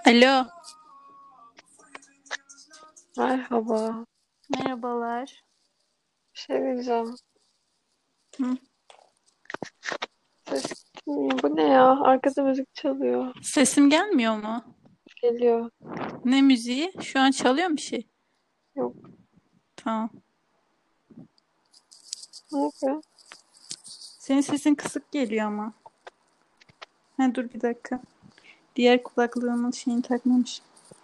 Alo, Merhaba. merhabalar. Bir şey diyeceğim. Hı. Ses Bu ne ya? Arkada müzik çalıyor. Sesim gelmiyor mu? Geliyor. Ne müziği? Şu an çalıyor mu bir şey? Yok. Tamam. Ne yapıyor? Senin sesin kısık geliyor ama. Ha, dur bir dakika. Diğer kulaklığımın şeyini takmamış.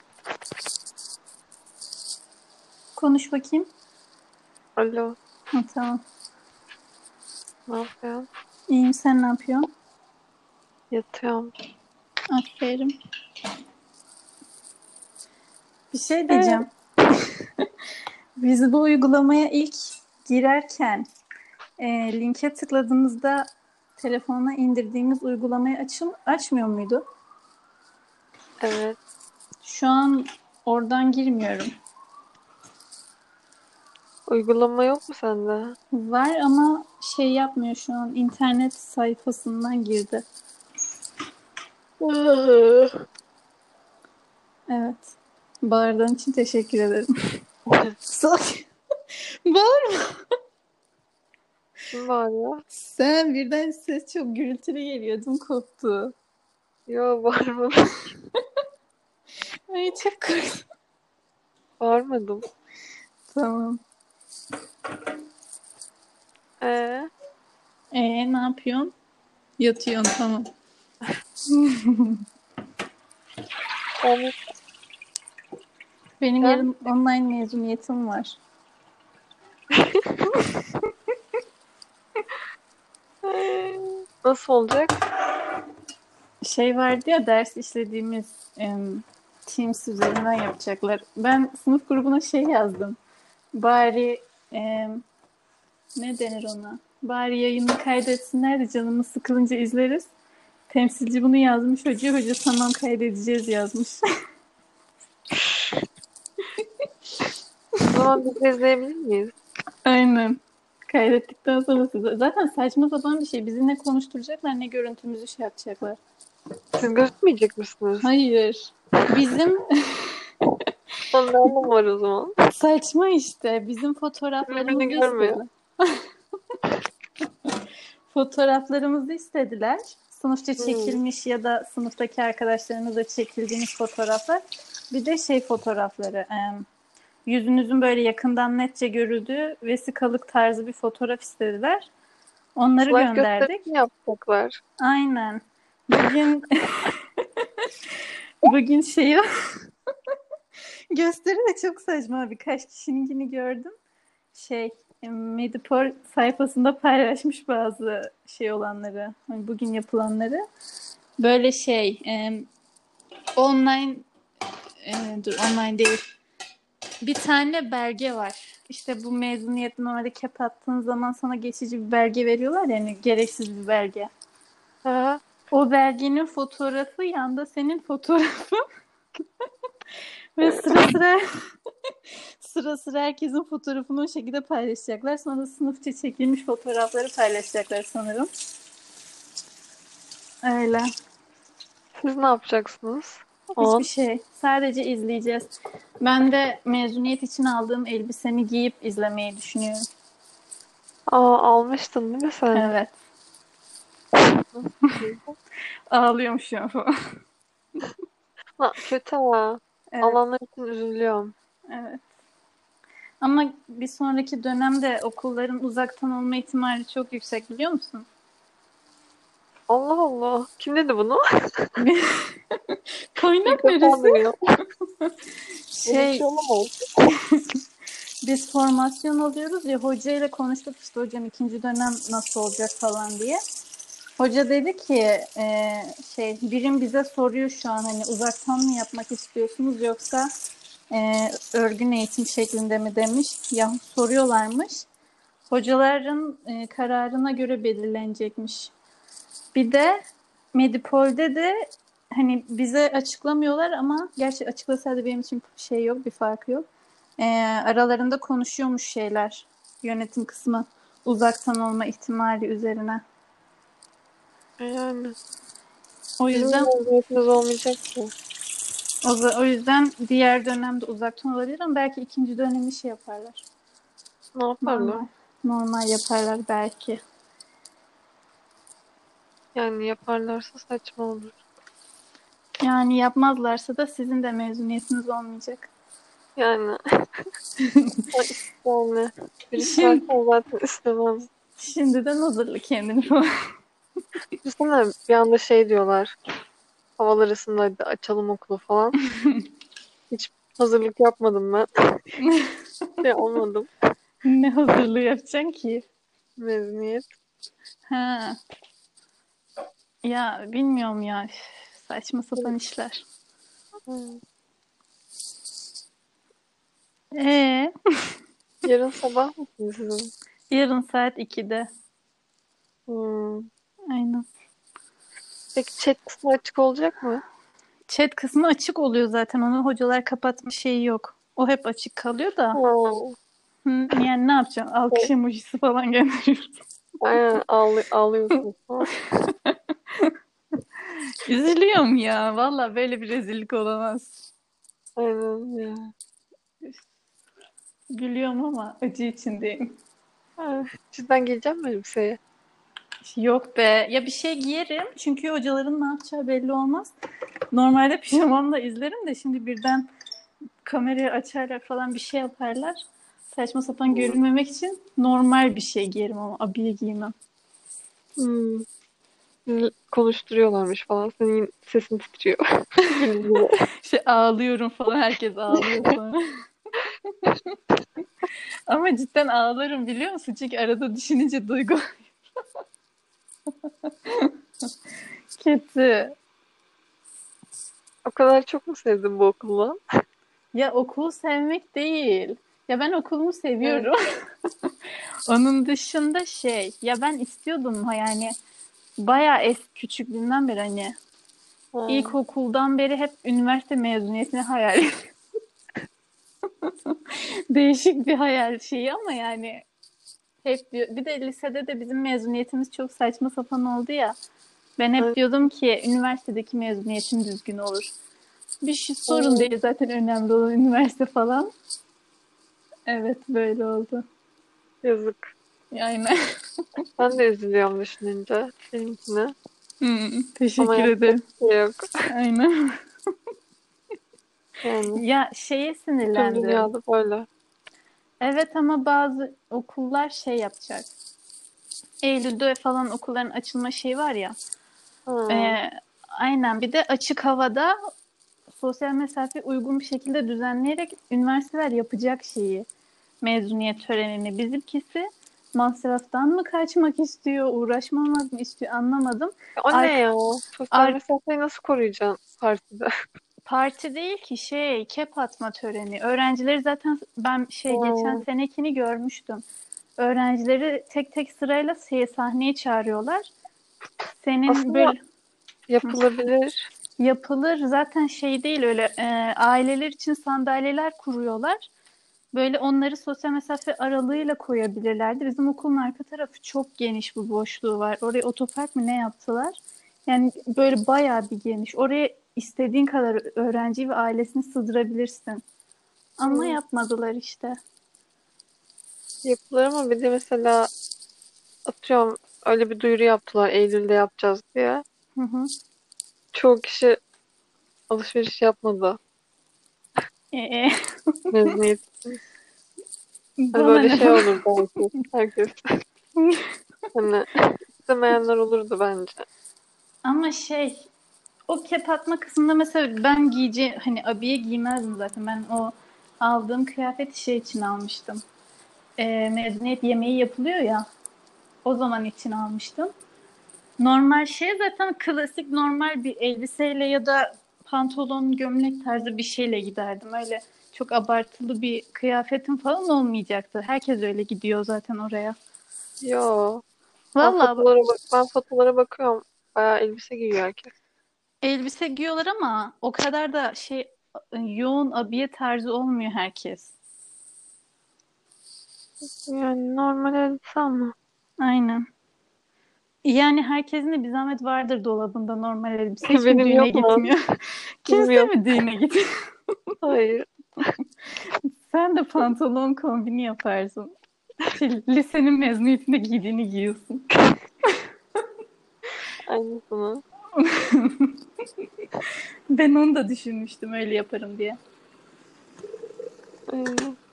Konuş bakayım. Alo. Hı, tamam. Ne yapıyorsun? İyiyim, sen ne yapıyorsun? Yatıyorum. Aferin. Bir şey Ee, diyeceğim. Biz bu uygulamaya ilk girerken linke tıkladığımızda telefona indirdiğimiz uygulamayı açmıyor muydu? evet. Şu an oradan girmiyorum. Uygulama yok mu sende? Var ama şey yapmıyor şu an. İnternet sayfasından girdi. Evet. Bağırdığın için teşekkür ederim. Salak. Bağırma. Kim bağırıyor? Sen birden ses çok gürültülü geliyor. Ödüm koptu. Yo, bağırmadım. Ay çok korktum. Bağırmadım. Tamam. Ee, Ne yapıyorsun? Yatıyorsun, tamam. yani Benim sen yarın online mezuniyetim var. nasıl olacak? Şey vardı ya, ders işlediğimiz Teams üzerinden yapacaklar. Ben sınıf grubuna şey yazdım. Bari ne denir ona? Bari yayını kaydetsinler de canımız sıkılınca izleriz. Temsilci bunu yazmış. Hoca tamam kaydedeceğiz yazmış. O zaman biz de izleyebilir miyiz? Aynen. Kaydettikten sonra size. Zaten saçma sapan bir şey. Bizi ne konuşturacaklar ne görüntümüzü şey yapacaklar. Siz gözükmeyecek misiniz? Hayır. Bizim Onun ne anlamı var o zaman? saçma işte. Bizim Birbirini fotoğraflarımızı görmüyor. istediler. Fotoğraflarımızı istediler. Sınıfça Hmm. çekilmiş ya da sınıftaki arkadaşlarımızla çekildiğimiz fotoğraflar. Bir de şey fotoğrafları. Yüzünüzün böyle yakından netçe görüldüğü vesikalık tarzı bir fotoğraf istediler. Onları Slide gönderdik. gösterisini yapacaklar. Aynen. Bugün bugün şeyi gösteri de çok saçma. Birkaç kişininkini gördüm. Şey Medipol sayfasında paylaşmış bazı şey olanları. Hani bugün yapılanları. Böyle şey online online değil. Bir tane belge var. İşte bu mezuniyet normalde cap attığın zaman sana geçici bir belge veriyorlar ya, yani gereksiz bir belge. Ha, O belgenin fotoğrafı yanda senin fotoğrafın ve sıra sıra herkesin fotoğrafını o şekilde paylaşacaklar. Sonra da sınıfça çekilmiş fotoğrafları paylaşacaklar sanırım. Öyle. siz ne yapacaksınız? Hiçbir On. şey. Sadece izleyeceğiz. Ben de mezuniyet için aldığım elbisemi giyip izlemeyi düşünüyorum. Almıştın değil mi sen? Evet. Nasıl? Ağlıyorum şu an falan. Kötü ha. Evet. Alanlar için üzülüyorum. Evet. Ama bir sonraki dönemde okulların uzaktan olma ihtimali çok yüksek, biliyor musun? Allah Allah. Kim dedi bunu? Kaynak İlk defa neresi? duyuyorum. Öyle bir Şey, şey olamaz. biz formasyon alıyoruz ya, hocayla konuştuk işte, hocam ikinci dönem nasıl olacak falan diye. Hoca dedi ki birim bize soruyor şu an, hani uzaktan mı yapmak istiyorsunuz yoksa örgün eğitim şeklinde mi demiş. Ya soruyorlarmış. Hocaların kararına göre belirlenecekmiş. Bir de Medipol'de de hani bize açıklamıyorlar ama gerçi açıklasaydı benim için şey yok, bir farkı yok. Aralarında konuşuyormuş şeyler, yönetim kısmı, uzaktan olma ihtimali üzerine. Yani. O Bizim yüzden mezuniyetimiz olmayacak ki. O yüzden diğer dönemde uzaktan olabilir ama belki ikinci dönemi şey yaparlar. Ne yaparlar? Normal. Normal yaparlar belki. Yani yaparlarsa saçma olur. Yani yapmazlarsa da sizin de mezuniyetiniz olmayacak. Yani yani bir Şimdi, istersen zaten istemez. şimdiden hazırla kendini falan. Düşünsene bir anda şey diyorlar. Havalar ısındı hadi açalım okulu falan. Hiç hazırlık yapmadım ben. Şey olmadım. Ne hazırlığı yapacaksın ki? Mezuniyet. Ha, ya bilmiyorum ya. Üf, saçma sapan işler. Hmm. Ee, Yarın sabah mısınız sizin? yarın saat 2'de. Hmm. Aynen. Peki chat kısmı açık olacak mı? Chat kısmı açık oluyor zaten. Onu hocalar kapatma şeyi yok. O hep açık kalıyor da. Ha. Yani ne yapacağım? Alkış Evet. emojisi falan gönderiyorum. Aynen ağlıyorsunuz falan. Üzülüyorum ya. Valla böyle bir rezillik olamaz. Aynen ya. Gülüyorum ama acı içindeyim. Ha, cidden geleceğim mi elbiseye? Yok be. Ya bir şey giyerim. Çünkü hocaların ne yapacağı belli olmaz. Normalde pijamamla izlerim de şimdi birden kamerayı açarlar falan bir şey yaparlar. Saçma sapan Hmm. görünmemek için normal bir şey giyerim ama abiye giymem. Hmm. Sizi konuşturuyorlarmış falan. Senin sesin titriyor. Gül gibi. İşte ağlıyorum falan herkes ağlıyor sonra. Ama cidden ağlarım biliyor musun? Çünkü arada düşününce duygu kötü. O kadar çok mu sevdin bu okulu? Ya okulu sevmek değil. Ya ben okulumu Evet. seviyorum. Onun dışında şey ya ben istiyordum ha yani bayağı küçüklüğümden beri hani Ha, ilkokuldan beri hep üniversite mezuniyetini hayal değişik bir hayal şeyi ama yani hep bir de lisede de bizim mezuniyetimiz çok saçma sapan oldu ya. Ben hep evet. diyordum ki üniversitedeki mezuniyetim düzgün olur. Bir şey sorun Hmm. değil zaten önemli olan üniversite falan. Evet böyle oldu. Yazık. Aynen. Ben de üzülüyorum düşününce benimkine. Ama Teşekkür yapacak ederim. bir şey yok. Aynen. Yani Ya şeye tüm sinirlendim. dünyada böyle. Evet ama bazı okullar şey yapacak. Eylül'de falan okulların açılma şeyi var ya. Ha, E, aynen bir de açık havada sosyal mesafe uygun bir şekilde düzenleyerek üniversiteler yapacak şeyi. Mezuniyet törenini. Bizimkisi masraftan mı kaçmak istiyor, uğraşmamak mı istiyor anlamadım. o ne Ark, ya? Sosyal ark, mesafeyi nasıl koruyacaksın partide? parti değil ki şey, kep atma töreni. Öğrencileri zaten ben şey geçen Ha, senekini görmüştüm. Öğrencileri tek tek sırayla sahneye çağırıyorlar. Senin aslında böyle yapılabilir. yapılır zaten şey değil öyle aileler için sandalyeler kuruyorlar. Böyle onları sosyal mesafe aralığıyla koyabilirlerdi. Bizim okulun arka tarafı çok geniş bu boşluğu var. Oraya otopark mı ne yaptılar? Yani böyle bayağı bir geniş. Oraya istediğin kadar öğrenci ve ailesini sığdırabilirsin. Ama Hmm, yapmadılar işte. yapılır ama bir de mesela atıyorum öyle bir duyuru yaptılar Eylül'de yapacağız diye. Hı hı. Çoğu kişi alışveriş yapmadı Ee, mezuniyet için. Hani bana böyle ne şey falan. olurdu herkes. Herkes hani istemeyenler olurdu bence. Ama şey o kep atma kısmında mesela ben hani abiye giymezdim zaten. Ben o aldığım kıyafeti şey için almıştım. Mezuniyet yemeği yapılıyor ya. O zaman için almıştım. Normal şey zaten klasik normal bir elbiseyle ya da pantolon, gömlek tarzı bir şeyle giderdim. Öyle çok abartılı bir kıyafetim falan olmayacaktı. Herkes öyle gidiyor zaten oraya. Yo. Valla Ben fotolara bakıyorum. Bayağı elbise giyiyor herkes. elbise giyiyorlar ama o kadar da şey yoğun abiye tarzı olmuyor herkes. Yani normal elbise ama. Aynen. Yani herkesin de bir zahmet vardır dolabında normal elbise. Hiç mi Benim düğüne yok lan. gitmiyor? Benim Kimse yok. mi düğüne gitmiyor? Hayır. Sen de pantolon kombini yaparsın. Lisenin mezuniyetinde giydiğini giyiyorsun. Aynısını. Ben onu da düşünmüştüm öyle yaparım diye. Aynen.